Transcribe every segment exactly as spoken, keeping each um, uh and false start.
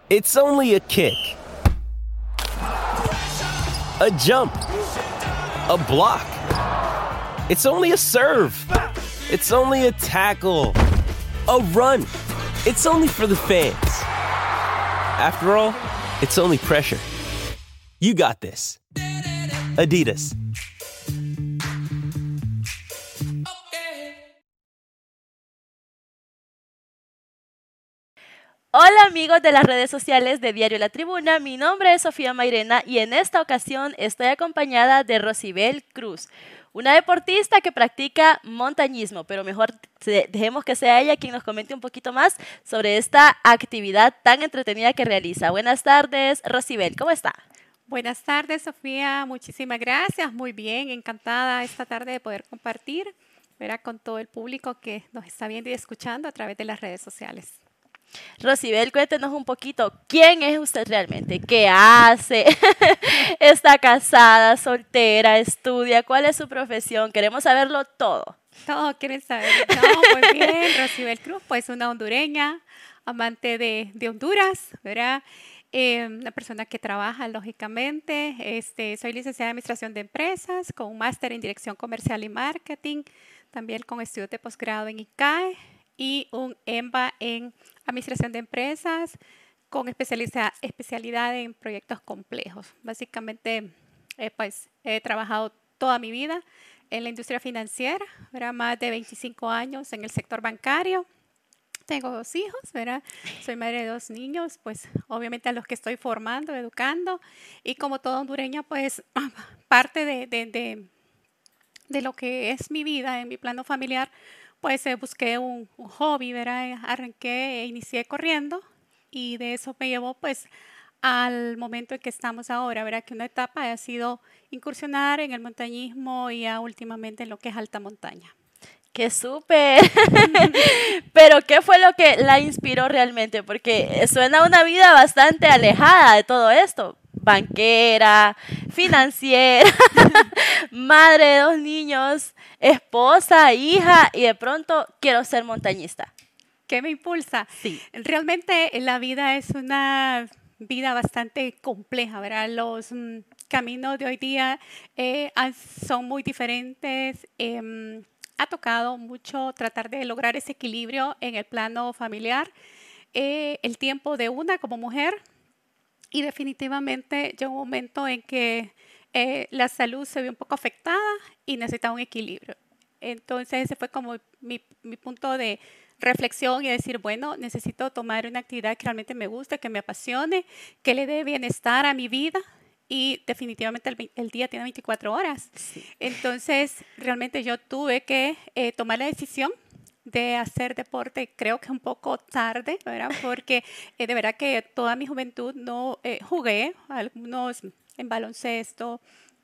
It's only a kick, a jump, a block. It's only a serve. It's only a tackle, a run. It's only for the fans. After all, it's only pressure. You got this. Adidas. Hola amigos de las redes sociales de Diario La Tribuna, mi nombre es Sofía Mairena y en esta ocasión estoy acompañada de Rosibel Cruz, una deportista que practica montañismo, pero mejor dejemos que sea ella quien nos comente un poquito más sobre esta actividad tan entretenida que realiza. Buenas tardes, Rosibel, ¿cómo está? Buenas tardes, Sofía. Muchísimas gracias. Muy bien, encantada esta tarde de poder compartir, ¿verdad?, con todo el público que nos está viendo y escuchando a través de las redes sociales. Rosibel, cuéntenos un poquito, ¿quién es usted realmente? ¿Qué hace? ¿Está casada, soltera, estudia? ¿Cuál es su profesión? Queremos saberlo todo. Todos quieren saber. No, pues bien, Rosibel Cruz, pues una hondureña, amante de, de Honduras, ¿verdad? Eh, una persona que trabaja, lógicamente. Este, soy licenciada en Administración de Empresas, con un máster en Dirección Comercial y Marketing, también con estudios de posgrado en I C A E y un E M B A en Administración de Empresas, con especializa- especialidad en proyectos complejos. Básicamente, eh, pues, he trabajado toda mi vida en la industria financiera, ¿verdad? Más de veinticinco años en el sector bancario. Tengo dos hijos, ¿verdad? Soy madre de dos niños, pues obviamente a los que estoy formando, educando, y como toda hondureña, pues parte de, de, de, de lo que es mi vida en mi plano familiar, pues eh, busqué un, un hobby, ¿verdad? Arranqué e inicié corriendo y de eso me llevó pues al momento en que estamos ahora, ¿verdad? Que una etapa ha sido incursionar en el montañismo y ya últimamente en lo que es alta montaña. ¡Qué súper! Pero ¿qué fue lo que la inspiró realmente? Porque suena una vida bastante alejada de todo esto. Banquera, financiera, madre de dos niños, esposa, hija, y de pronto quiero ser montañista. ¿Qué me impulsa? Sí. Realmente la vida es una vida bastante compleja, ¿verdad? Los mm, caminos de hoy día eh, han- son muy diferentes. em, ha tocado mucho tratar de lograr ese equilibrio en el plano familiar, eh, el tiempo de una como mujer y definitivamente llegó un momento en que eh, la salud se vio un poco afectada y necesitaba un equilibrio. Entonces ese fue como mi, mi punto de reflexión y decir, bueno, necesito tomar una actividad que realmente me guste, que me apasione, que le dé bienestar a mi vida. Y definitivamente el, el día tiene veinticuatro horas. Sí. Entonces, realmente yo tuve que eh, tomar la decisión de hacer deporte, creo que un poco tarde, ¿verdad? Porque eh, de verdad que toda mi juventud no eh, jugué, algunos en baloncesto,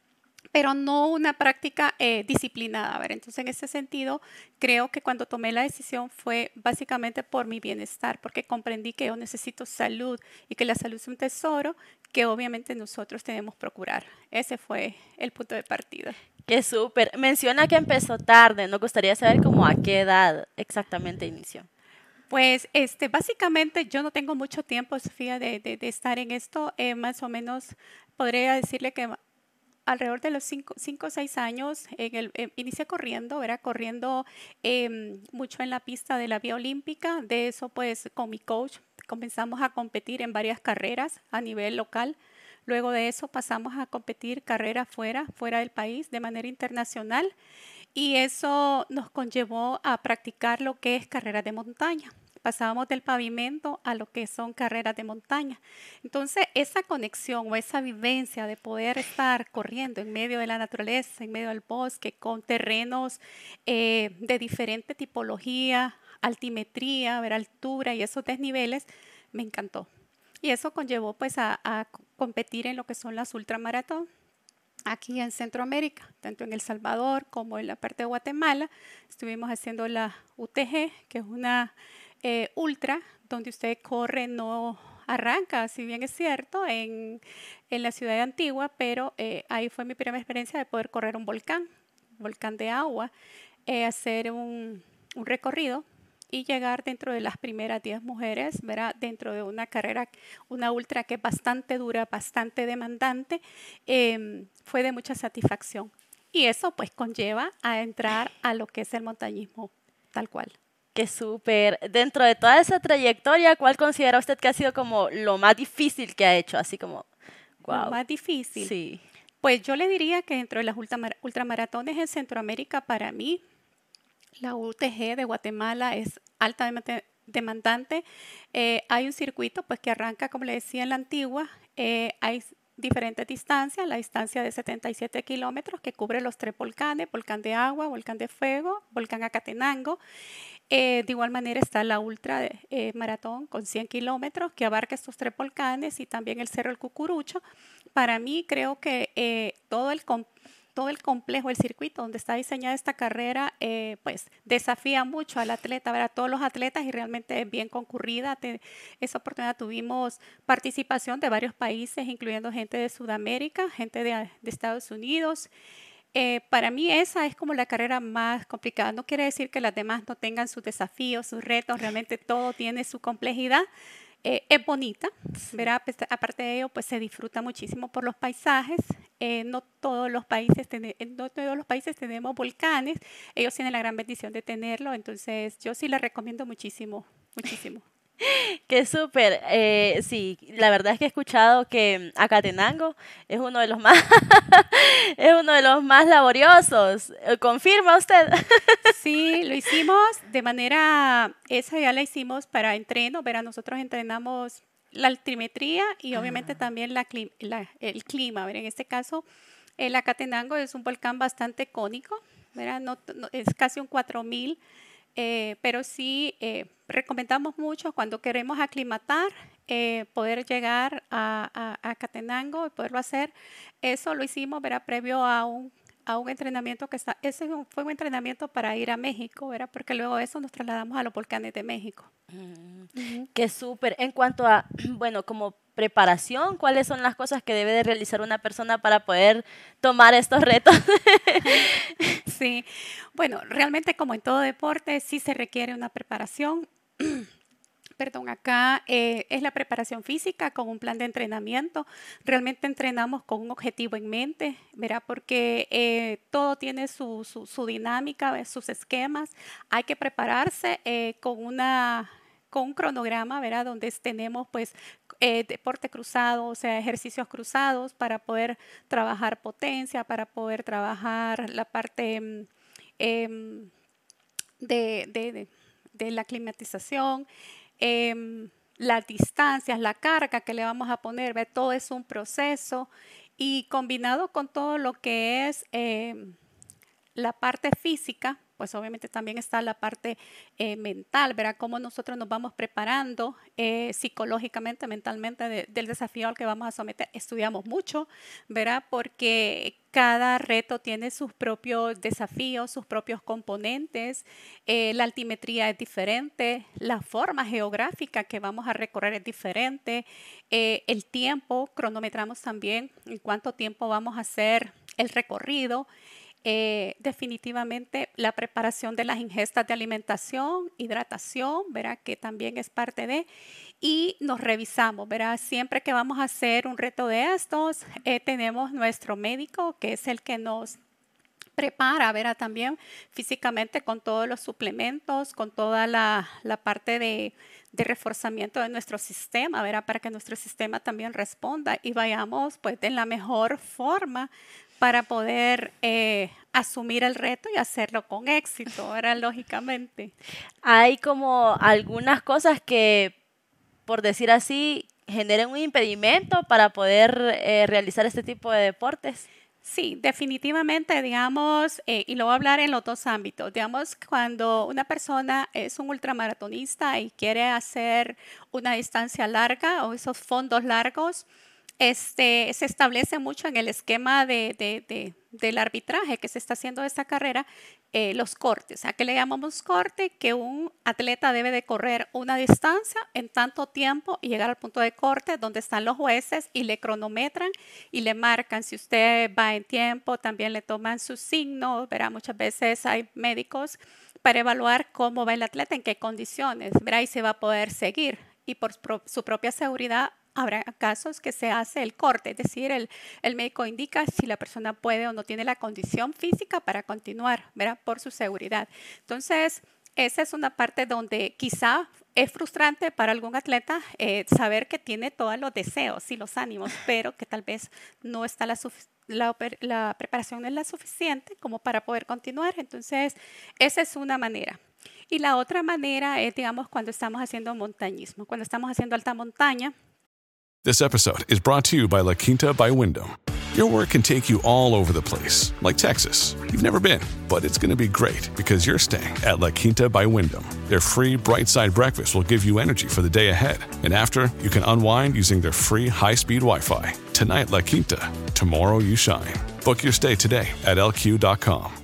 pero no una práctica eh, disciplinada. A ver, entonces, en ese sentido, creo que cuando tomé la decisión fue básicamente por mi bienestar, porque comprendí que yo necesito salud y que la salud es un tesoro que obviamente nosotros debemos procurar. Ese fue el punto de partida. ¡Qué súper! Menciona que empezó tarde. Nos gustaría saber cómo a qué edad exactamente inició. Pues este, básicamente yo no tengo mucho tiempo, Sofía, de, de- de estar en esto. Eh, más o menos podría decirle que alrededor de los cinco o seis años en el, eh, inicié corriendo, ¿verdad? Corriendo em, mucho en la pista de la vía olímpica. De eso, pues, con mi coach comenzamos a competir en varias carreras a nivel local. Luego de eso pasamos a competir carreras fuera, fuera del país, de manera internacional. Y eso nos conllevó a practicar lo que es carreras de montaña. Pasábamos del pavimento a lo que son carreras de montaña. Entonces, esa conexión o esa vivencia de poder estar corriendo en medio de la naturaleza, en medio del bosque, con terrenos eh, de diferente tipología, altimetría, ver altura y esos desniveles, me encantó. Y eso conllevó pues a, a competir en lo que son las ultramaratón aquí en Centroamérica, tanto en El Salvador como en la parte de Guatemala. Estuvimos haciendo la U T G, que es una eh, ultra, donde usted corre, no arranca, si bien es cierto, en, en la ciudad de Antigua, pero eh, ahí fue mi primera experiencia de poder correr un volcán, volcán de agua, eh, hacer un, un recorrido y llegar dentro de las primeras diez mujeres, ¿verdad? Dentro de una carrera, una ultra que es bastante dura, bastante demandante, eh, fue de mucha satisfacción. Y eso pues conlleva a entrar a lo que es el montañismo tal cual. Qué súper. Dentro de toda esa trayectoria, ¿cuál considera usted que ha sido como lo más difícil que ha hecho? Así como, wow. Lo más difícil. Sí. Pues yo le diría que dentro de las ultramar ultramaratones en Centroamérica, para mí, la U T G de Guatemala es altamente demandante. Eh, hay un circuito pues, que arranca, como le decía, en la antigua. Eh, hay diferentes distancias, la distancia de setenta y siete kilómetros que cubre los tres volcanes, volcán de agua, volcán de fuego, volcán Acatenango. Eh, de igual manera está la ultra eh, maratón con cien kilómetros que abarca estos tres volcanes y también el Cerro El Cucurucho. Para mí creo que eh, todo el todo el complejo, el circuito donde está diseñada esta carrera, eh, pues desafía mucho al atleta, ¿verdad? A todos los atletas y realmente es bien concurrida. Te, esa oportunidad tuvimos participación de varios países, incluyendo gente de Sudamérica, gente de, de Estados Unidos. Eh, para mí esa es como la carrera más complicada. No quiere decir que las demás no tengan sus desafíos, sus retos, realmente todo tiene su complejidad. Eh, es bonita, ¿verdad? Pues, aparte de ello, pues se disfruta muchísimo por los paisajes. Eh, no, todos los países ten, no todos los países tenemos volcanes. Ellos tienen la gran bendición de tenerlo, entonces yo sí les recomiendo muchísimo, muchísimo. Qué súper. Eh, sí, la verdad es que he escuchado que Acatenango es uno de los más es uno de los más laboriosos. ¿Confirma usted? Sí, lo hicimos de manera, esa ya la hicimos para entreno, verá, nosotros entrenamos la altimetría y obviamente ah. también la, la, el clima. ¿Verdad? En este caso, el Acatenango es un volcán bastante cónico, ¿verdad? No, no, es casi un cuatro mil. Eh, pero sí eh, recomendamos mucho cuando queremos aclimatar, eh, poder llegar a, a, a Acatenango y poderlo hacer. Eso lo hicimos, ¿verdad? Previo a un, a un entrenamiento que está, ese fue un entrenamiento para ir a México, ¿verdad? Porque luego de eso nos trasladamos a los volcanes de México. Mm, uh-huh. Qué súper. En cuanto a, bueno, como preparación, ¿cuáles son las cosas que debe de realizar una persona para poder tomar estos retos? Sí, bueno, realmente como en todo deporte sí se requiere una preparación. Perdón, acá eh, es la preparación física con un plan de entrenamiento. Realmente entrenamos con un objetivo en mente, ¿verdad? Porque eh, todo tiene su, su, su dinámica, sus esquemas. Hay que prepararse eh, con una... con un cronograma, ¿verdad? Donde tenemos pues eh, deporte cruzado, o sea, ejercicios cruzados para poder trabajar potencia, para poder trabajar la parte eh, de, de, de, de la climatización, eh, las distancias, la carga que le vamos a poner, ¿verdad? Todo es un proceso y combinado con todo lo que es eh, la parte física, pues obviamente también está la parte eh, mental, ¿verdad? Cómo nosotros nos vamos preparando eh, psicológicamente, mentalmente de, del desafío al que vamos a someter. Estudiamos mucho, ¿verdad? Porque cada reto tiene sus propios desafíos, sus propios componentes. Eh, la altimetría es diferente, la forma geográfica que vamos a recorrer es diferente. Eh, el tiempo, cronometramos también en cuánto tiempo vamos a hacer el recorrido. Eh, definitivamente la preparación de las ingestas de alimentación, hidratación, ¿verdad? Que también es parte de, y nos revisamos, ¿verdad? Siempre que vamos a hacer un reto de estos, eh, tenemos nuestro médico, que es el que nos prepara, ¿verdad? También físicamente con todos los suplementos, con toda la, la parte de, de reforzamiento de nuestro sistema, ¿verdad? Para que nuestro sistema también responda y vayamos pues de la mejor forma para poder eh, asumir el reto y hacerlo con éxito, ¿verdad? Lógicamente. Hay como algunas cosas que, por decir así, generen un impedimento para poder eh, realizar este tipo de deportes. Sí, definitivamente, digamos, eh, y lo voy a hablar en los dos ámbitos. Digamos, cuando una persona es un ultramaratonista y quiere hacer una distancia larga o esos fondos largos, Este, se establece mucho en el esquema de, de, de, del arbitraje que se está haciendo de esta carrera, eh, los cortes. ¿A qué le llamamos corte? Que un atleta debe de correr una distancia en tanto tiempo y llegar al punto de corte donde están los jueces y le cronometran y le marcan. Si usted va en tiempo, también le toman sus signos. Verá, muchas veces hay médicos para evaluar cómo va el atleta, en qué condiciones, ¿verdad? Y se va a poder seguir. Y por pro- su propia seguridad, habrá casos que se hace el corte, es decir, el, el médico indica si la persona puede o no tiene la condición física para continuar, ¿verdad? Por su seguridad. Entonces, esa es una parte donde quizá es frustrante para algún atleta eh, saber que tiene todos los deseos y los ánimos, pero que tal vez no está la, sufic- la, oper- la preparación no es la suficiente como para poder continuar. Entonces, esa es una manera. Y la otra manera es, digamos, cuando estamos haciendo montañismo, cuando estamos haciendo alta montaña. This episode is brought to you by La Quinta by Wyndham. Your work can take you all over the place, like Texas. You've never been, but it's going to be great because you're staying at La Quinta by Wyndham. Their free Bright Side breakfast will give you energy for the day ahead. And after, you can unwind using their free high-speed Wi-Fi. Tonight, La Quinta. Tomorrow, you shine. Book your stay today at L Q dot com.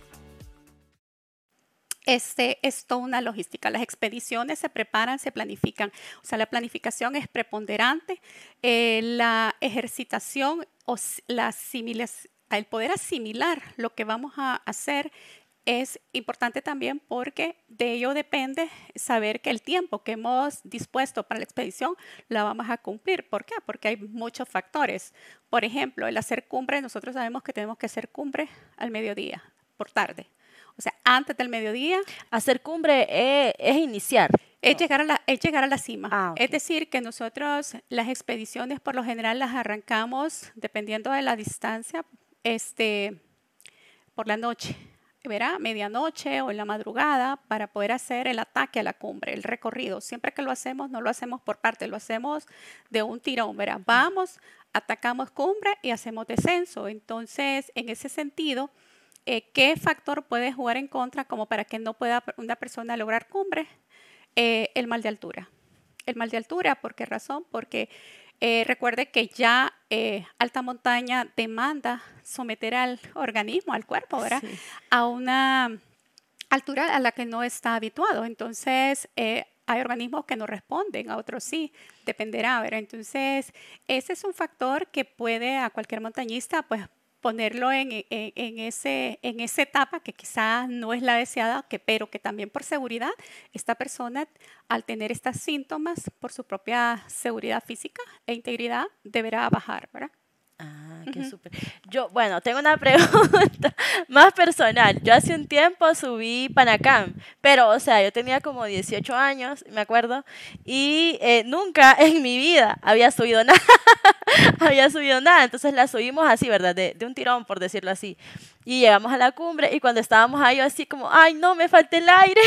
Este es toda una logística. Las expediciones se preparan, se planifican. O sea, la planificación es preponderante. Eh, la ejercitación o s- la asimilación, el poder asimilar lo que vamos a hacer es importante también porque de ello depende saber que el tiempo que hemos dispuesto para la expedición la vamos a cumplir. ¿Por qué? Porque hay muchos factores. Por ejemplo, el hacer cumbre, nosotros sabemos que tenemos que hacer cumbre al mediodía, por tarde. O sea, antes del mediodía Hacer cumbre es, es iniciar. es llegar a la, es llegar a la cima. Ah, ok. Es decir, que nosotros las expediciones por lo general las arrancamos dependiendo de la distancia, este, por la noche, ¿verdad? Medianoche o en la madrugada para poder hacer el ataque a la cumbre, el recorrido. Siempre que lo hacemos, no lo hacemos por parte, lo hacemos de un tirón, ¿verdad? Vamos, atacamos cumbre y hacemos descenso. Entonces, en ese sentido, eh, ¿qué factor puede jugar en contra como para que no pueda una persona lograr cumbre? Eh, el mal de altura. El mal de altura, ¿por qué razón? Porque eh, recuerde que ya eh, alta montaña demanda someter al organismo, al cuerpo, ¿verdad? Sí. A una altura a la que no está habituado. Entonces, eh, hay organismos que no responden, a otros sí, dependerá, ¿verdad? Entonces, ese es un factor que puede a cualquier montañista, pues, ponerlo en, en, en ese, en esa etapa que quizás no es la deseada, que, pero que también por seguridad, esta persona al tener estos síntomas, por su propia seguridad física e integridad, deberá bajar, ¿verdad? Ah, qué súper. Yo, bueno, tengo una pregunta más personal. Yo hace un tiempo subí Panacam, pero, o sea, yo tenía como dieciocho años, me acuerdo, y eh, nunca en mi vida había subido nada. Había subido nada, entonces la subimos así, ¿verdad? De, de un tirón, por decirlo así. Y llegamos a la cumbre y cuando estábamos ahí, yo así como, ay, no, me falta el aire.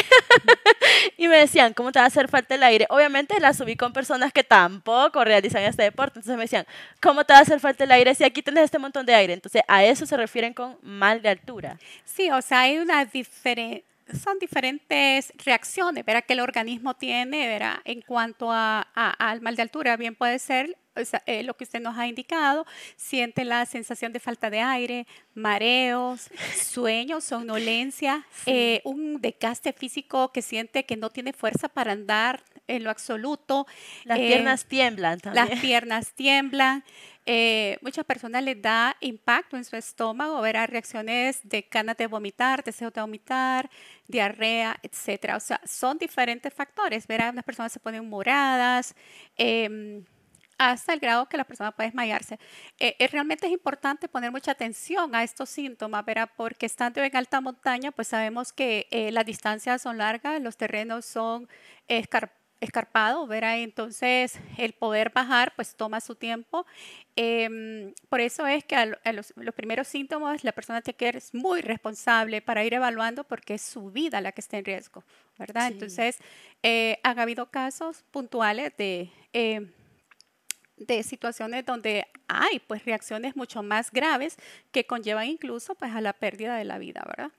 Y me decían, ¿cómo te va a hacer falta el aire? Obviamente la subí con personas que tampoco realizan este deporte. Entonces me decían, ¿cómo te va a hacer falta el aire si aquí tienes este montón de aire? Entonces a eso se refieren con mal de altura. Sí, o sea, hay una diferencia. Son diferentes reacciones, ¿verdad? Que el organismo tiene, ¿verdad? En cuanto a, a- al mal de altura, bien puede ser o sea, eh, lo que usted nos ha indicado, siente la sensación de falta de aire, mareos, sueño, somnolencia, Sí. eh, un desgaste físico que siente que no tiene fuerza para andar en lo absoluto. Las eh, piernas tiemblan también. Las piernas tiemblan. Eh, muchas personas les da impacto en su estómago, verá reacciones de ganas de vomitar, deseo de vomitar, diarrea, etcétera. O sea, son diferentes factores, verá, unas personas se ponen moradas, eh, hasta el grado que la persona puede desmayarse. Eh, eh, realmente es importante poner mucha atención a estos síntomas, verá, porque estando en alta montaña, pues sabemos que eh, las distancias son largas, los terrenos son escarpados, escarpado, ¿verdad? Entonces, el poder bajar, pues toma su tiempo. Em, por eso es que a, lo- a los, los primeros síntomas, la persona tiene que ser muy responsable para ir evaluando porque es su vida la que está en riesgo, ¿verdad? Sí. Entonces, eh, han habido casos puntuales de, eh, de situaciones donde hay, pues, reacciones mucho más graves que conllevan incluso, pues, a la pérdida de la vida, ¿verdad?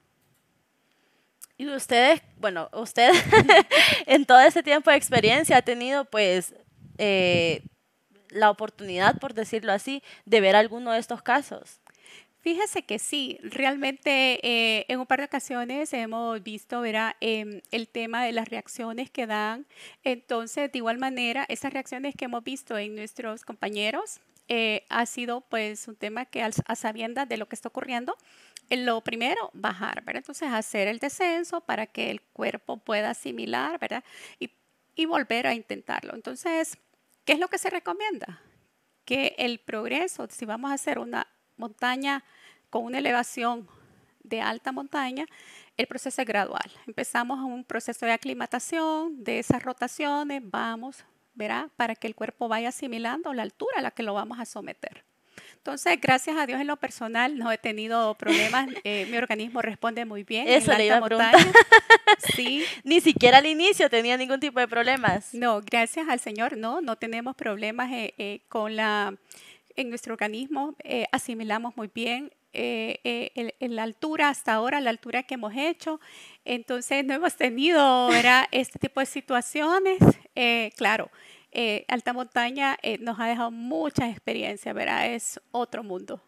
Y ustedes, bueno, usted en todo ese tiempo de experiencia ha tenido pues eh, la oportunidad, por decirlo así, de ver alguno de estos casos. Fíjese que sí, realmente eh, en un par de ocasiones hemos visto, verá, em, el tema de las reacciones que dan. Entonces, de igual manera, esas reacciones que hemos visto en nuestros compañeros eh, ha sido pues un tema que al- a sabiendas de lo que está ocurriendo, lo primero, bajar, ¿verdad? Entonces, hacer el descenso para que el cuerpo pueda asimilar, ¿verdad? Y, y volver a intentarlo. Entonces, ¿qué es lo que se recomienda? Que el progreso, si vamos a hacer una montaña con una elevación de alta montaña, el proceso es gradual. Empezamos un proceso de aclimatación, de esas rotaciones, vamos, ¿verdad? Para que el cuerpo vaya asimilando la altura a la que lo vamos a someter. Entonces, gracias a Dios en lo personal no he tenido problemas, eh, mi organismo responde muy bien. Eso en le la iba alta a montaña. Sí, Ni siquiera al inicio tenía ningún tipo de problemas. no, gracias al Señor, no, no tenemos problemas eh, eh, con la, en nuestro organismo, eh, asimilamos muy bien eh, eh, el- el- la altura hasta ahora, la altura que hemos hecho. Entonces, no hemos tenido, ¿verdad? Este tipo de situaciones. Eh, claro, eh, alta montaña eh, nos ha dejado muchas experiencias, ¿verdad? Es otro mundo.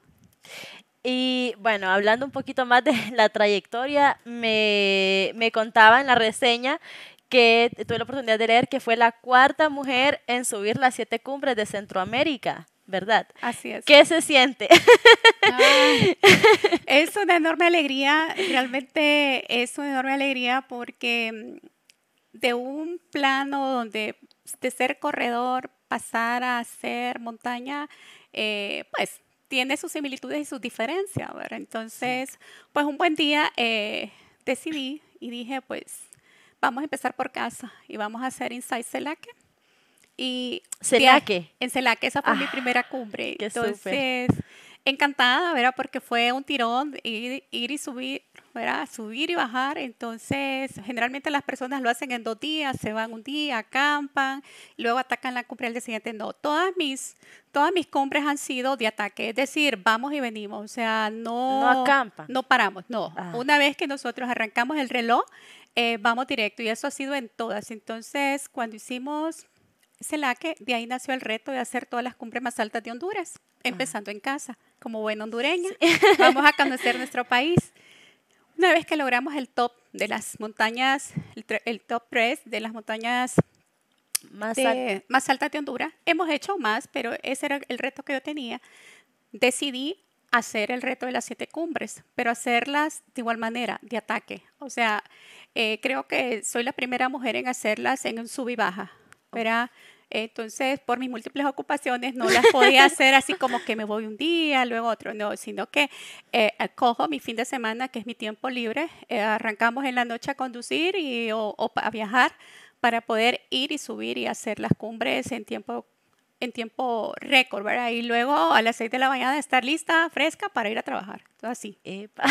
Y bueno, hablando un poquito más de la trayectoria, me, me contaba en la reseña que tuve la oportunidad de leer que fue la cuarta mujer en subir las siete cumbres de Centroamérica, ¿verdad? Así es. ¿Qué se siente? Ay, es una enorme alegría, realmente es una enorme alegría porque mm, de un plano donde de ser corredor pasar a ser montaña, eh, pues tiene sus similitudes y sus diferencias, ¿verdad? Entonces, pues un buen día eh, decidí y dije, pues vamos a empezar por casa y vamos a hacer Inside Celaque. Y de a- Celaque. en Celaque, esa fue mi Ah, primera cumbre. qué súper. Entonces, encantada, ¿verdad? Porque fue un tirón ir, ir y subir, ¿verdad? Subir y bajar. Entonces, generalmente las personas lo hacen en dos días, se van un día, acampan, luego atacan la cumbre al día siguiente. No, todas mis, todas mis cumbres han sido de ataque, es decir, vamos y venimos, o sea, No no, acampan. no paramos, no. Ah. Una vez que nosotros arrancamos el reloj, eh, vamos directo y eso ha sido en todas. Entonces, cuando hicimos Celaque, de ahí nació el reto de hacer todas las cumbres más altas de Honduras, empezando en casa, como buena hondureña. Vamos a conocer nuestro país. Una vez que logramos el top de las montañas, el, tre- el top tres de las montañas Más al- de- más altas de Honduras, hemos hecho más, pero ese era el reto que yo tenía. Decidí hacer el reto de las siete cumbres, pero hacerlas de igual manera, de ataque. O sea, eh, creo que soy la primera mujer en hacerlas en un sub y baja, ¿verdad? Entonces, por mis múltiples ocupaciones, no las podía hacer así como que me voy un día, luego otro, no, sino que eh, cojo mi fin de semana, que es mi tiempo libre, eh, arrancamos en la noche a conducir y, o, o a viajar para poder ir y subir y hacer las cumbres en tiempo en tiempo récord, ¿verdad? Y luego a las seis de la mañana estar lista, fresca para ir a trabajar. Entonces, así. Epa.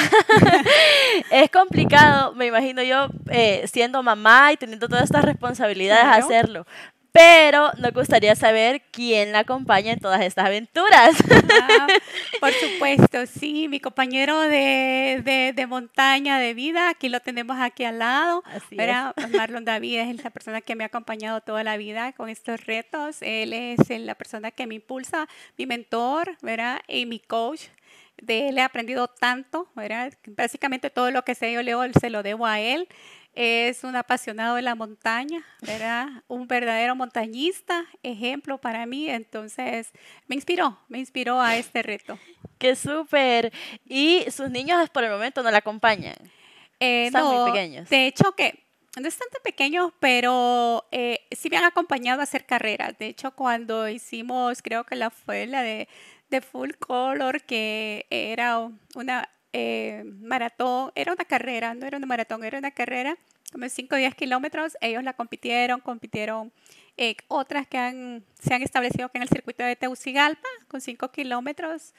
Es complicado, me imagino yo, eh, siendo mamá y teniendo todas estas responsabilidades, Claro. hacerlo. Pero nos gustaría saber quién la acompaña en todas estas aventuras. Ah, por supuesto, sí, mi compañero de, de- de montaña de vida, aquí lo tenemos aquí al lado, Así ¿verdad? Marlon David es la persona que me ha acompañado toda la vida con estos retos. Él es el- la persona que me impulsa, mi mentor, ¿verdad? Y mi coach. De él he aprendido tanto, ¿verdad? Básicamente todo lo que sé yo leo se lo debo a él. Es un apasionado de la montaña, ¿verdad? Un verdadero montañista, ejemplo para mí. Entonces, me inspiró, me inspiró a este reto. ¡Qué súper! Y sus niños por el momento no la acompañan. Eh, Están muy no, pequeños. de hecho que no están tan pequeños, pero eh, sí me han acompañado a hacer carreras. De hecho, cuando hicimos, creo que la fue la de, de Full Color, que era una eh, maratón, era una carrera, no era una maratón, era una carrera como de cinco o diez kilómetros. Ellos la compitieron, compitieron eh, otras que han, se han establecido que en el circuito de Tegucigalpa, con cinco kilómetros.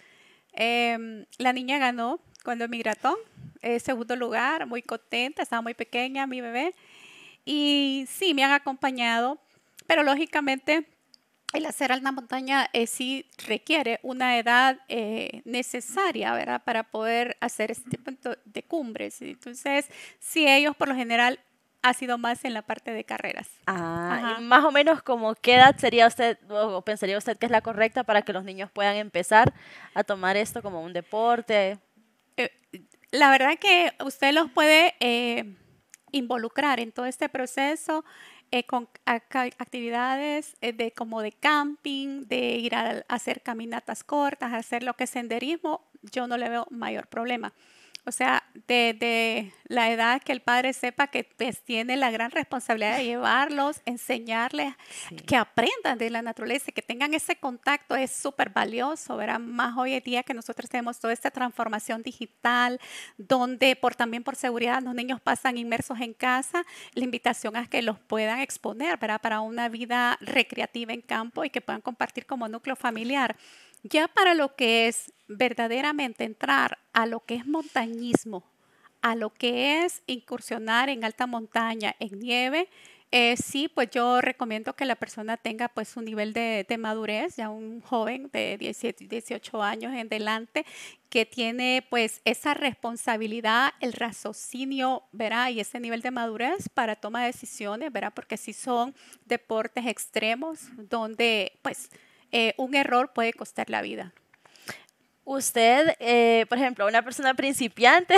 Em, la niña ganó cuando migratón, eh, segundo lugar, muy contenta, estaba muy pequeña mi bebé. Y sí, me han acompañado, pero lógicamente el hacer alta montaña eh, sí requiere una edad eh, necesaria, ¿verdad? Para poder hacer este tipo de de cumbres. Entonces, sí, ellos por lo general ha sido más en la parte de carreras. Ah, Ajá. y más o menos como qué edad sería usted o pensaría usted que es la correcta para que los niños puedan empezar a tomar esto como un deporte. Eh, la verdad que usted los puede eh, involucrar en todo este proceso eh, con aca- actividades eh, de, como de camping, de ir a, a hacer caminatas cortas, hacer lo que es senderismo, yo no le veo mayor problema. O sea, de, de la edad que el padre sepa que pues, tiene la gran responsabilidad de llevarlos, enseñarles, Sí. que aprendan de la naturaleza, que tengan ese contacto, es súper valioso, ¿verdad? Más hoy en día que nosotros tenemos toda esta transformación digital, donde por, también por seguridad los niños pasan inmersos en casa, la invitación es que los puedan exponer, ¿verdad? Para una vida recreativa en campo y que puedan compartir como núcleo familiar. Ya para lo que es verdaderamente entrar a lo que es montañismo, a lo que es incursionar en alta montaña, en nieve, eh, sí, pues yo recomiendo que la persona tenga pues un nivel de, de madurez, ya un joven de diecisiete, dieciocho años en adelante, que tiene pues esa responsabilidad, el raciocinio, ¿verdad? Y ese nivel de madurez para toma de decisiones, ¿verdad? Porque si son deportes extremos donde pues eh, un error puede costar la vida. Usted, eh, por ejemplo, una persona principiante,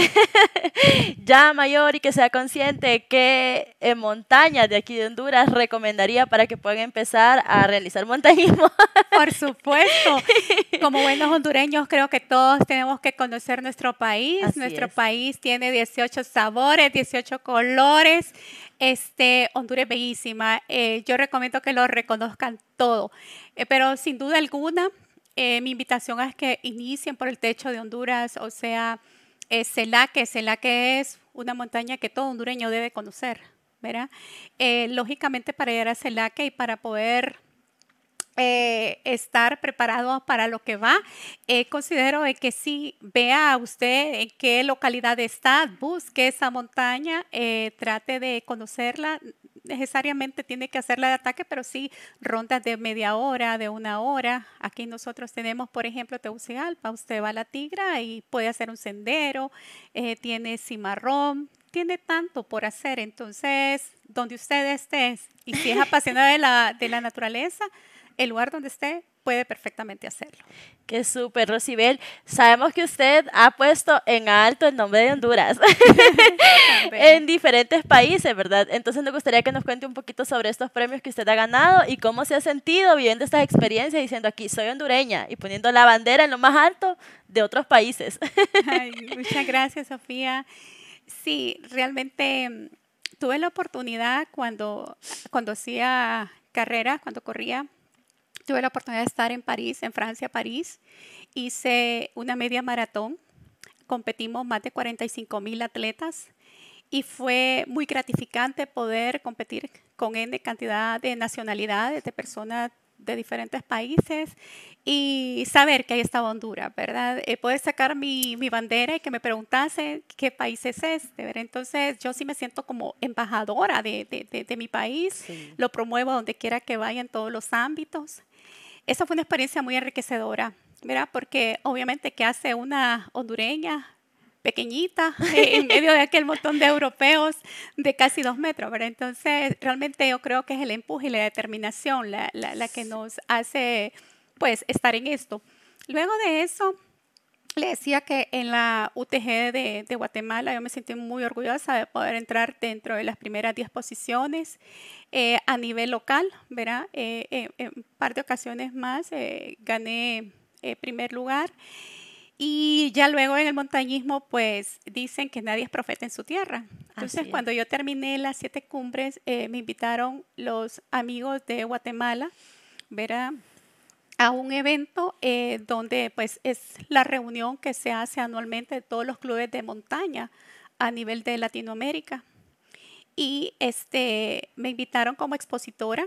ya mayor y que sea consciente, ¿qué eh, montañas de aquí de Honduras recomendaría para que puedan empezar a realizar montañismo? Por supuesto, como buenos hondureños creo que todos tenemos que conocer nuestro país. Así Nuestro es. país tiene dieciocho sabores, dieciocho colores. Este, Honduras es bellísima. Eh, yo recomiendo que lo reconozcan todo. Eh, pero sin duda alguna, eh, mi invitación es que inicien por el techo de Honduras, o sea, eh, Celaque. Celaque es una montaña que todo hondureño debe conocer, ¿verdad? Eh, lógicamente para llegar a Celaque y para poder eh, estar preparado para lo que va, eh, considero de que sí, vea usted en qué localidad está, busque esa montaña, eh, trate de conocerla. Necesariamente tiene que hacerla de ataque, pero sí rondas de media hora, de una hora. Aquí nosotros tenemos, por ejemplo, Tegucigalpa. Usted va a la Tigra y puede hacer un sendero, eh, tiene cimarrón, tiene tanto por hacer. Entonces, donde usted esté, y si es apasionado de la, de la naturaleza, el lugar donde esté puede perfectamente hacerlo. Qué súper, Rosibel. Sabemos que usted ha puesto en alto el nombre de Honduras en diferentes países, ¿verdad? Entonces nos gustaría que nos cuente un poquito sobre estos premios que usted ha ganado y cómo se ha sentido viviendo estas experiencias diciendo aquí soy hondureña y poniendo la bandera en lo más alto de otros países. Ay, muchas gracias, Sofía. Sí, realmente mm, tuve la oportunidad cuando, cuando hacía carrera, cuando corría, tuve la oportunidad de estar en París, en Francia, París. Hice una media maratón, competimos más de cuarenta y cinco mil atletas y fue muy gratificante poder competir con N cantidad de nacionalidades, de personas de diferentes países y saber que ahí estaba Honduras, ¿verdad? Eh, poder sacar mi, mi bandera y que me preguntasen qué país es este, ¿verdad? Entonces yo sí me siento como embajadora de, de, de, de mi país, Sí. lo promuevo donde quiera que vaya en todos los ámbitos. Esa fue una experiencia muy enriquecedora, ¿verdad? Porque obviamente que hace una hondureña pequeñita eh, en medio de aquel montón de europeos de casi dos metros, ¿verdad? Entonces, realmente yo creo que es el empuje y la determinación la, la, la que nos hace, pues, estar en esto. Luego de eso, le decía que en la U T G de, de Guatemala yo me sentí muy orgullosa de poder entrar dentro de las primeras diez posiciones eh, a nivel local, ¿verdad? Eh, eh, en un par de ocasiones más eh, gané eh, primer lugar. Y ya luego en el montañismo, pues dicen que nadie es profeta en su tierra. Entonces, Así es. cuando yo terminé las siete cumbres, eh, me invitaron los amigos de Guatemala, ¿verdad?, a un evento eh, donde pues es la reunión que se hace anualmente de todos los clubes de montaña a nivel de Latinoamérica. Y este, me invitaron como expositora.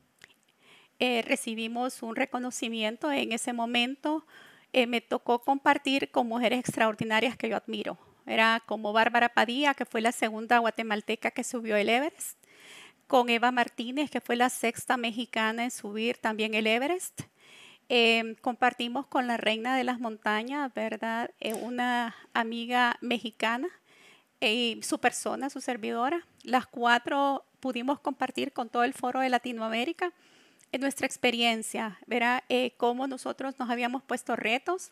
Eh, recibimos un reconocimiento en ese momento. Eh, me tocó compartir con mujeres extraordinarias que yo admiro. Era como Bárbara Padilla, que fue la segunda guatemalteca que subió el Everest, con Eva Martínez, que fue la sexta mexicana en subir también el Everest. Eh, compartimos con la reina de las montañas, ¿verdad? Eh, una amiga mexicana y su persona, su servidora. Las cuatro pudimos compartir con todo el foro de Latinoamérica en nuestra experiencia, ¿verdad? Eh, cómo nosotros nos habíamos puesto retos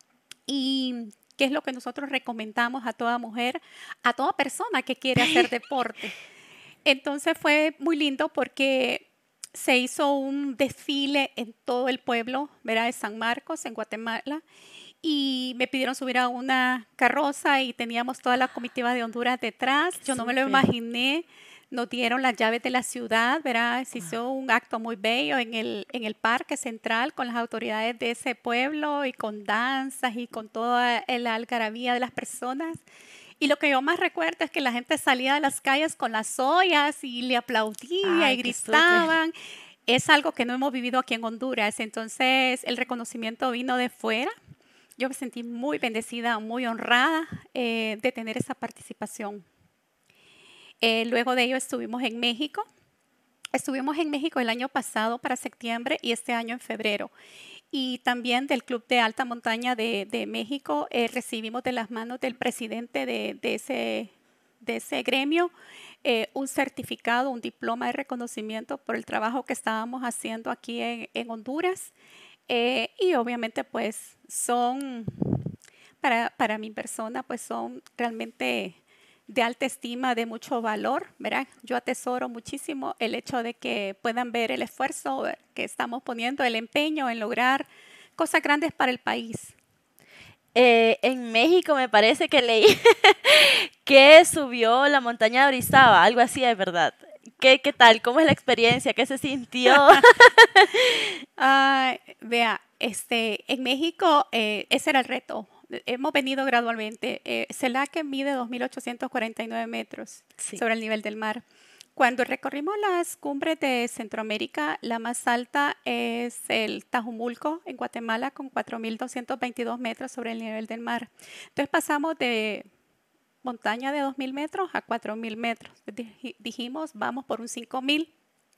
y qué es lo que nosotros recomendamos a toda mujer, a toda persona que quiere hacer deporte. Entonces fue muy lindo porque se hizo un desfile en todo el pueblo, ¿verdad?, de San Marcos, en Guatemala, y me pidieron subir a una carroza y teníamos toda la comitiva de Honduras detrás. Yo no me lo imaginé. Nos dieron las llaves de la ciudad, ¿verdad? Se hizo un acto muy bello en el, en el parque central con las autoridades de ese pueblo y con danzas y con toda la algarabía de las personas. Y lo que yo más recuerdo es que la gente salía de las calles con las ollas y le aplaudía. Ay, y gritaban. Es algo que no hemos vivido aquí en Honduras. Entonces, el reconocimiento vino de fuera. Yo me sentí muy bendecida, muy honrada eh, de tener esa participación. Eh, luego de ello estuvimos en México. Estuvimos en México el año pasado para septiembre y este año en febrero. Y también del Club de Alta Montaña de, de México eh, recibimos de las manos del presidente de, de, ese, de ese gremio eh, un certificado, un diploma de reconocimiento por el trabajo que estábamos haciendo aquí en, en Honduras. Eh, y obviamente pues son, para, para mi persona, pues son realmente de alta estima, de mucho valor, ¿verdad? Yo atesoro muchísimo el hecho de que puedan ver el esfuerzo que estamos poniendo, el empeño en lograr cosas grandes para el país. Eh, en México me parece que leí que subió la montaña de Orizaba, algo así es verdad. ¿Qué, qué tal? ¿Cómo es la experiencia? ¿Qué se sintió? uh, vea, este, en México eh, ese era el reto. Hemos venido gradualmente. Eh, Celaque mide dos mil ochocientos cuarenta y nueve metros sí. sobre el nivel del mar. Cuando recorrimos las cumbres de Centroamérica, la más alta es el Tajumulco en Guatemala con cuatro mil doscientos veintidós metros sobre el nivel del mar. Entonces pasamos de montaña de dos mil metros a cuatro mil metros. Dijimos, vamos por un cinco mil.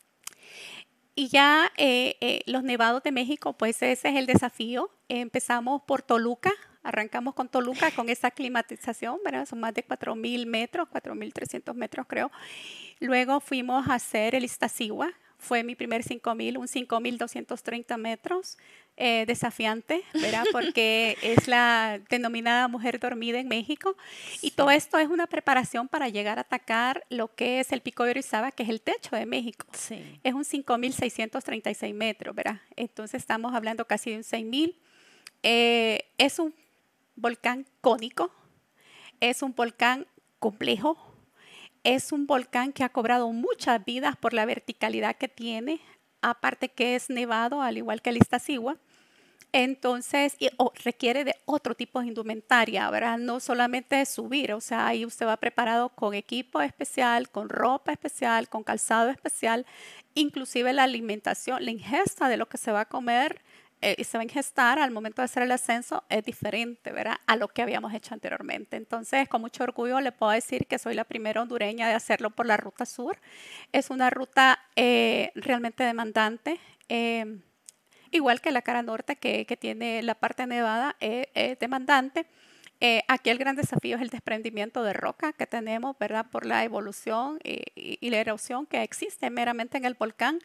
Y ya eh, eh, los nevados de México, pues ese es el desafío. Eh, empezamos por Toluca, arrancamos con Toluca con esa climatización, ¿verdad? Son más de cuatro mil metros, cuatro mil trescientos metros creo. Luego fuimos a hacer el Iztaccíhuatl, fue mi primer cinco mil, un cinco mil doscientos treinta metros, eh, desafiante, ¿verdad? Porque es la denominada mujer dormida en México. Sí. Y todo esto es una preparación para llegar a atacar lo que es el Pico de Orizaba, que es el techo de México. Sí. Es un cinco mil seiscientos treinta y seis metros, ¿verdad? Entonces estamos hablando casi de un seis mil. Eh, es un volcán cónico, es un volcán complejo, es un volcán que ha cobrado muchas vidas por la verticalidad que tiene, aparte que es nevado, al igual que el Iztaccíhuatl. Entonces, y, oh, requiere de otro tipo de indumentaria, ¿verdad? No solamente de subir, o sea, ahí usted va preparado con equipo especial, con ropa especial, con calzado especial, inclusive la alimentación, la ingesta de lo que se va a comer eh, y se va a ingestar al momento de hacer el ascenso es diferente, ¿verdad? A lo que habíamos hecho anteriormente. Entonces, con mucho orgullo le puedo decir que soy la primera hondureña de hacerlo por la Ruta Sur. Es una ruta eh, realmente demandante, eh, igual que la cara norte, que, que tiene la parte nevada, es eh, eh, demandante. Eh, aquí el gran desafío es el desprendimiento de roca que tenemos, ¿verdad? Por la evolución y, y, y la erosión que existe meramente en el volcán.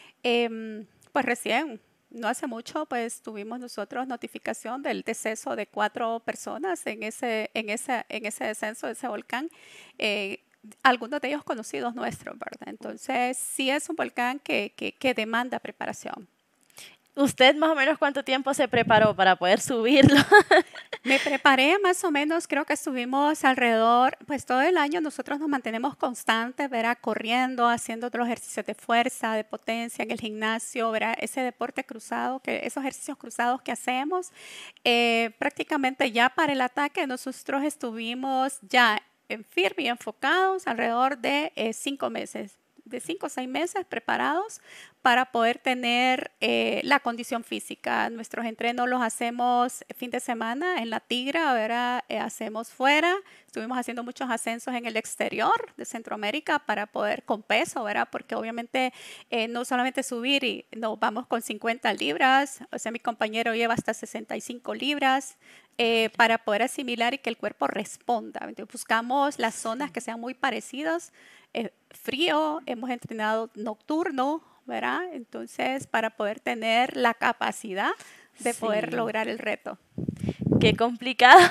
Eh, pues recién, no hace mucho, pues tuvimos nosotros notificación del deceso de cuatro personas en ese, en ese, en ese descenso de ese volcán. Eh, algunos de ellos conocidos nuestros, ¿verdad? Entonces, sí es un volcán que, que, que demanda preparación. ¿Usted más o menos cuánto tiempo se preparó para poder subirlo? Me preparé más o menos, creo que estuvimos alrededor, pues todo el año nosotros nos mantenemos constantes, ¿verdad? Corriendo, haciendo otros ejercicios de fuerza, de potencia en el gimnasio, ¿verdad? Ese deporte cruzado, que, esos ejercicios cruzados que hacemos, eh, prácticamente ya para el ataque nosotros estuvimos ya en firme y enfocados alrededor de eh, cinco meses. de cinco o seis meses preparados para poder tener eh, la condición física. Nuestros entrenos los hacemos fin de semana en La Tigra, ahora eh, hacemos fuera. Estuvimos haciendo muchos ascensos en el exterior de Centroamérica para poder con peso, ¿verdad? Porque obviamente eh, no solamente subir y no vamos con cincuenta libras, o sea, mi compañero lleva hasta sesenta y cinco libras. Eh, para poder asimilar y que el cuerpo responda. Entonces, buscamos las zonas que sean muy parecidas. Eh, frío, hemos entrenado nocturno, ¿verdad? Entonces, para poder tener la capacidad de sí. poder lograr el reto. Qué complicado.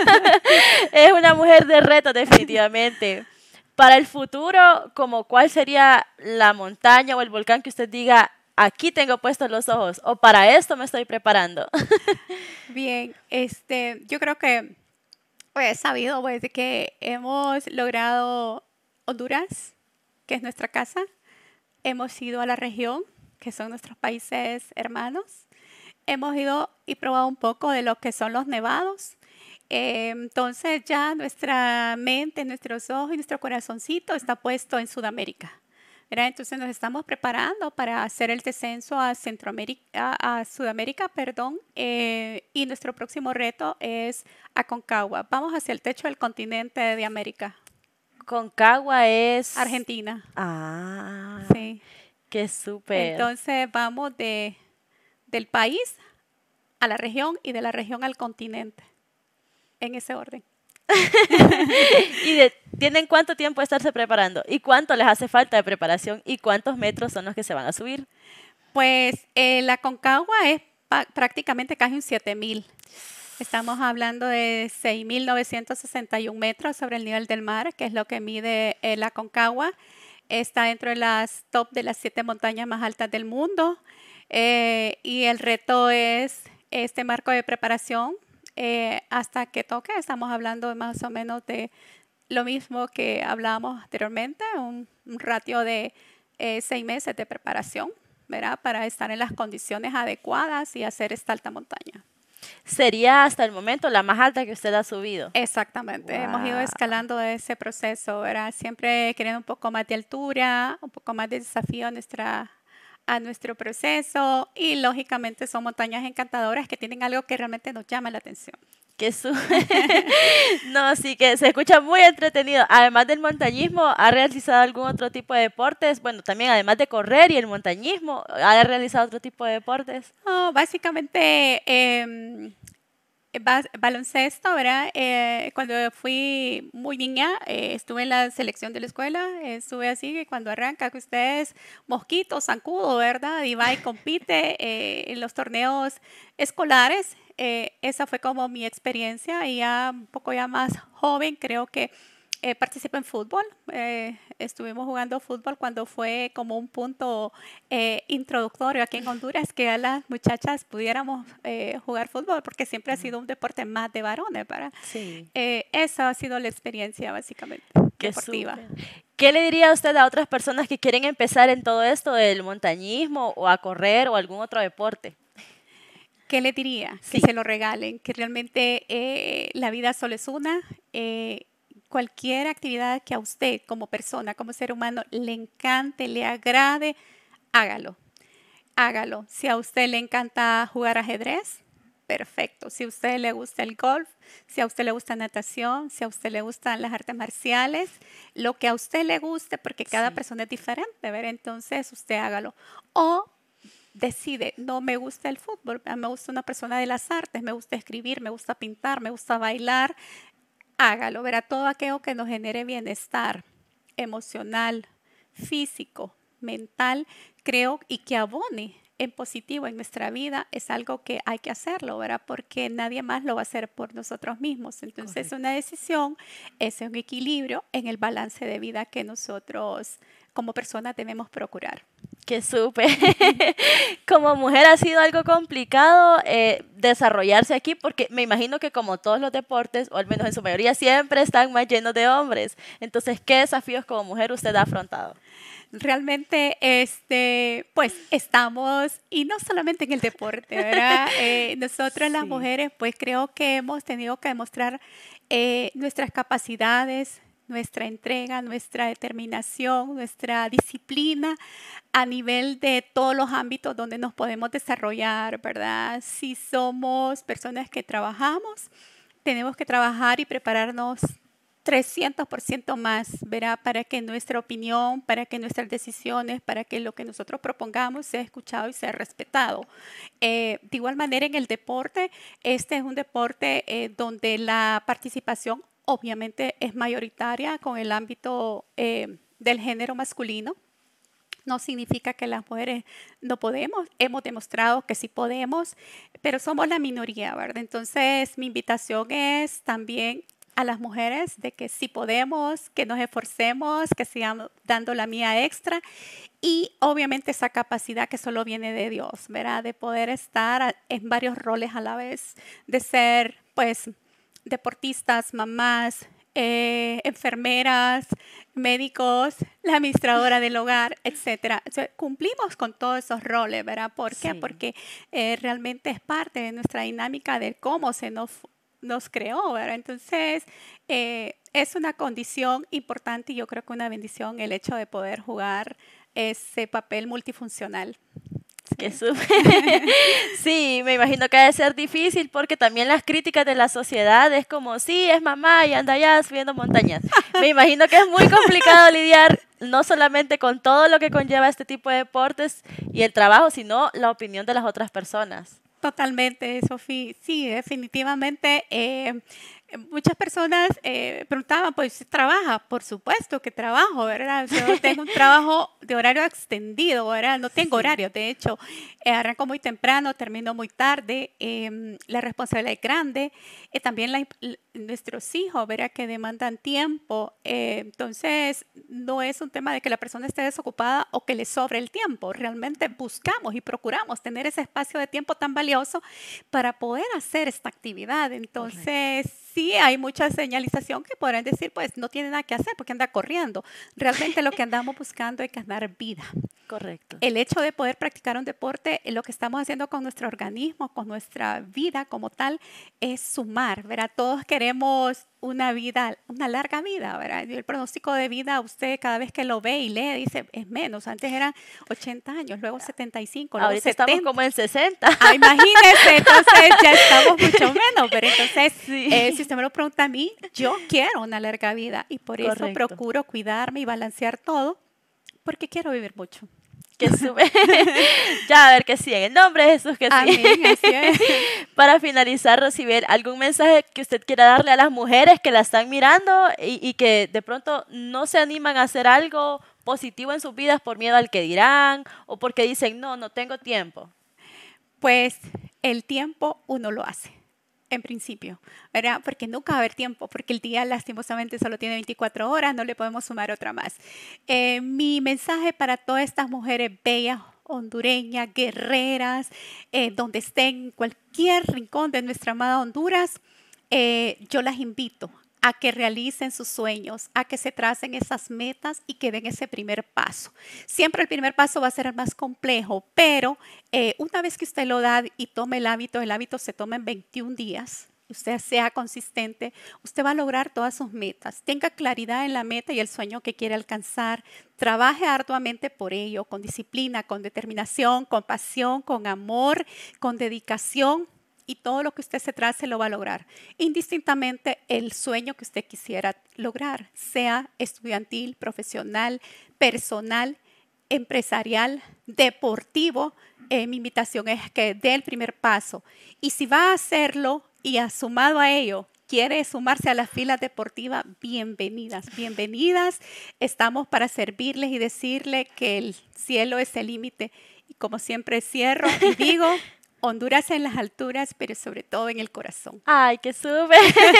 Es una mujer de reto, definitivamente. Para el futuro, ¿como cuál sería la montaña o el volcán que usted diga, aquí tengo puestos los ojos o para esto me estoy preparando? Bien, este, yo creo que pues, he sabido pues, de que hemos logrado Honduras, que es nuestra casa. Hemos ido a la región, que son nuestros países hermanos. Hemos ido y probado un poco de lo que son los nevados. Eh, entonces ya nuestra mente, nuestros ojos y nuestro corazoncito está puesto en Sudamérica, ¿verdad? Entonces nos estamos preparando para hacer el descenso a Centroamérica, a, a Sudamérica, perdón, eh, y nuestro próximo reto es Aconcagua. Vamos hacia el techo del continente de América. Concagua es... Argentina. Ah, Sí. qué súper. Entonces vamos de, del país a la región y de la región al continente, en ese orden. ¿Y de- tienen cuánto tiempo de estarse preparando? ¿Y cuánto les hace falta de preparación? ¿Y cuántos metros son los que se van a subir? Pues eh, la Concagua es pa- prácticamente casi un siete mil. Estamos hablando de seis mil novecientos sesenta y uno metros sobre el nivel del mar, que es lo que mide eh, la Concagua. Está dentro de las top de las siete montañas más altas del mundo. Eh, y el reto es este marco de preparación eh, hasta que toque. Estamos hablando más o menos de lo mismo que hablábamos anteriormente, un, un ratio de eh, seis meses de preparación, ¿verdad? Para estar en las condiciones adecuadas y hacer esta alta montaña. Sería hasta el momento la más alta que usted ha subido. Exactamente, hemos ido Wow. escalando ese proceso, ¿verdad? Siempre queriendo un poco más de altura, un poco más de desafío a, nuestra, a nuestro proceso y lógicamente son montañas encantadoras que tienen algo que realmente nos llama la atención. Que su... No, sí que se escucha muy entretenido. Además del montañismo, ¿ha realizado algún otro tipo de deportes? Bueno, también además de correr y el montañismo, ¿ha realizado otro tipo de deportes? No, básicamente eh, bas- baloncesto, ¿verdad? Eh, cuando fui muy niña, eh, estuve en la selección de la escuela, eh, estuve así que cuando arranca que usted es mosquito, zancudo, ¿verdad? Y va y compite eh, en los torneos escolares. Eh, esa fue como mi experiencia y ya un poco ya más joven, creo que eh, participo en fútbol. Eh, estuvimos jugando fútbol cuando fue como un punto eh, introductorio aquí en Honduras, que a las muchachas pudiéramos eh, jugar fútbol, porque siempre ha sido un deporte más de varones, ¿verdad? Sí. Eh, esa ha sido la experiencia básicamente Qué deportiva. súper. ¿Qué le diría usted a otras personas que quieren empezar en todo esto del montañismo o a correr o algún otro deporte? ¿Qué le diría? Sí. Que se lo regalen, que realmente eh, la vida solo es una. eh, cualquier actividad que a usted como persona, como ser humano, le encante, le agrade, hágalo. Hágalo. Si a usted le encanta jugar ajedrez, perfecto. Si a usted le gusta el golf, si a usted le gusta natación, si a usted le gustan las artes marciales, lo que a usted le guste, porque cada Sí. persona es diferente, ¿ver? Entonces usted hágalo. O decide, no me gusta el fútbol, a mí me gusta una persona de las artes, me gusta escribir, me gusta pintar, me gusta bailar, hágalo, verá todo aquello que nos genere bienestar emocional, físico, mental, creo, y que abone en positivo en nuestra vida, es algo que hay que hacerlo, ¿verdad? Porque nadie más lo va a hacer por nosotros mismos. Entonces, es una decisión, es un equilibrio en el balance de vida que nosotros como personas debemos procurar. Qué súper. Como mujer ha sido algo complicado eh, desarrollarse aquí porque me imagino que como todos los deportes, o al menos en su mayoría, siempre están más llenos de hombres. Entonces, ¿qué desafíos como mujer usted ha afrontado? Realmente, este, pues estamos, y no solamente en el deporte, ¿verdad? Eh, nosotras las Sí. mujeres, pues creo que hemos tenido que demostrar eh, nuestras capacidades, nuestra entrega, nuestra determinación, nuestra disciplina a nivel de todos los ámbitos donde nos podemos desarrollar, ¿verdad? Si somos personas que trabajamos, tenemos que trabajar y prepararnos trescientos por ciento más, ¿verdad? Para que nuestra opinión, para que nuestras decisiones, para que lo que nosotros propongamos sea escuchado y sea respetado. Eh, de igual manera, en el deporte, este es un deporte eh, donde la participación obviamente es mayoritaria con el ámbito eh, del género masculino. No significa que las mujeres no podemos, hemos demostrado que sí podemos, pero somos la minoría, ¿verdad? Entonces, mi invitación es también a las mujeres de que sí podemos, que nos esforcemos, que sigamos dando la mía extra y obviamente esa capacidad que solo viene de Dios, ¿verdad? De poder estar en varios roles a la vez, de ser, pues, deportistas, mamás, eh, enfermeras, médicos, la administradora del hogar, etcétera. O sea, cumplimos con todos esos roles, ¿verdad? ¿Por qué? Sí. Porque eh, realmente es parte de nuestra dinámica de cómo se nos, nos creó, ¿verdad? Entonces, eh, es una condición importante y yo creo que una bendición el hecho de poder jugar ese papel multifuncional. Qué súper. Sí, me imagino que debe ser difícil porque también las críticas de la sociedad es como, sí, es mamá y anda allá subiendo montañas. Me imagino que es muy complicado lidiar no solamente con todo lo que conlleva este tipo de deportes y el trabajo, sino la opinión de las otras personas. Totalmente, Sofía. Sí, definitivamente. Eh, muchas personas eh, preguntaban, pues, ¿trabaja? Por supuesto que trabajo, ¿verdad? Yo tengo un trabajo de horario extendido, ¿verdad? No tengo Sí. horario, de hecho, eh, arranco muy temprano, termino muy tarde, eh, la responsabilidad es grande, eh, también la, nuestros hijos, ¿verdad? Que demandan tiempo, eh, entonces no es un tema de que la persona esté desocupada o que le sobre el tiempo, realmente buscamos y procuramos tener ese espacio de tiempo tan valioso para poder hacer esta actividad, entonces Correcto. sí hay mucha señalización que podrán decir, pues no tiene nada que hacer porque anda corriendo, realmente lo que andamos buscando es ganar vida. Correcto. El hecho de poder practicar un deporte, lo que estamos haciendo con nuestro organismo, con nuestra vida como tal, es sumar, ¿verdad? Todos queremos una vida, una larga vida, ¿verdad? Y el pronóstico de vida, usted cada vez que lo ve y lee, dice, es menos. Antes eran ochenta años, luego setenta y cinco, luego Ahorita setenta. estamos como en sesenta. Ah, imagínese, entonces ya estamos mucho menos, pero entonces, Sí. eh, si usted me lo pregunta a mí, yo quiero una larga vida y por eso Correcto. procuro cuidarme y balancear todo, porque quiero vivir mucho. Que sube. Ya, a ver que sí, en el nombre de Jesús que sí. Amén, así es. Para finalizar, Rosibel, ¿algún mensaje que usted quiera darle a las mujeres que la están mirando y, y que de pronto no se animan a hacer algo positivo en sus vidas por miedo al que dirán o porque dicen, no, no tengo tiempo? Pues el tiempo uno lo hace, en principio, ¿verdad? Porque nunca va a haber tiempo, porque el día lastimosamente solo tiene veinticuatro horas, no le podemos sumar otra más. Eh, mi mensaje para todas estas mujeres bellas, hondureñas, guerreras, eh, donde estén, en cualquier rincón de nuestra amada Honduras, eh, yo las invito a que realicen sus sueños, a que se tracen esas metas y que den ese primer paso. Siempre el primer paso va a ser el más complejo, pero eh, una vez que usted lo da y tome el hábito, el hábito se toma en veintiún días, usted sea consistente, usted va a lograr todas sus metas. Tenga claridad en la meta y el sueño que quiere alcanzar. Trabaje arduamente por ello, con disciplina, con determinación, con pasión, con amor, con dedicación. Y todo lo que usted se trace lo va a lograr. Indistintamente el sueño que usted quisiera lograr, sea estudiantil, profesional, personal, empresarial, deportivo, eh, mi invitación es que dé el primer paso. Y si va a hacerlo y ha sumado a ello, quiere sumarse a las filas deportivas, bienvenidas, bienvenidas. Estamos para servirles y decirle que el cielo es el límite. Y como siempre cierro y digo, Honduras en las alturas, pero sobre todo en el corazón. ¡Ay, qué súper!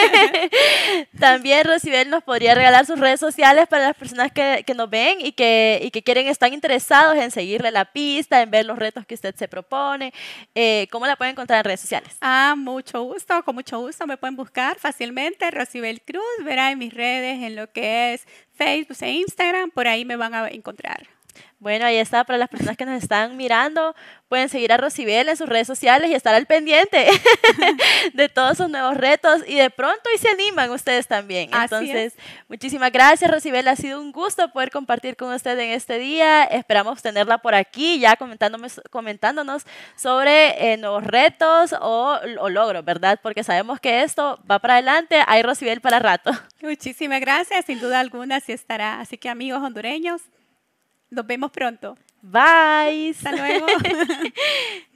También Rosibel nos podría regalar sus redes sociales para las personas que, que nos ven y que, y que quieren, están interesados en seguirle la pista, en ver los retos que usted se propone. Eh, ¿Cómo la pueden encontrar en redes sociales? Ah, mucho gusto, con mucho gusto me pueden buscar fácilmente, Rosibel Cruz, verá en mis redes, en lo que es Facebook e Instagram, por ahí me van a encontrar. Bueno, ahí está, para las personas que nos están mirando, pueden seguir a Rosibel en sus redes sociales y estar al pendiente de todos sus nuevos retos y de pronto y se animan ustedes también. Así Entonces, es. muchísimas gracias, Rosibel, ha sido un gusto poder compartir con usted en este día. Esperamos tenerla por aquí ya comentándome, comentándonos sobre eh, nuevos retos o, o logros, ¿verdad? Porque sabemos que esto va para adelante, hay Rosibel para rato. Muchísimas gracias, sin duda alguna sí estará. Así que amigos hondureños, nos vemos pronto. Bye. Hasta luego.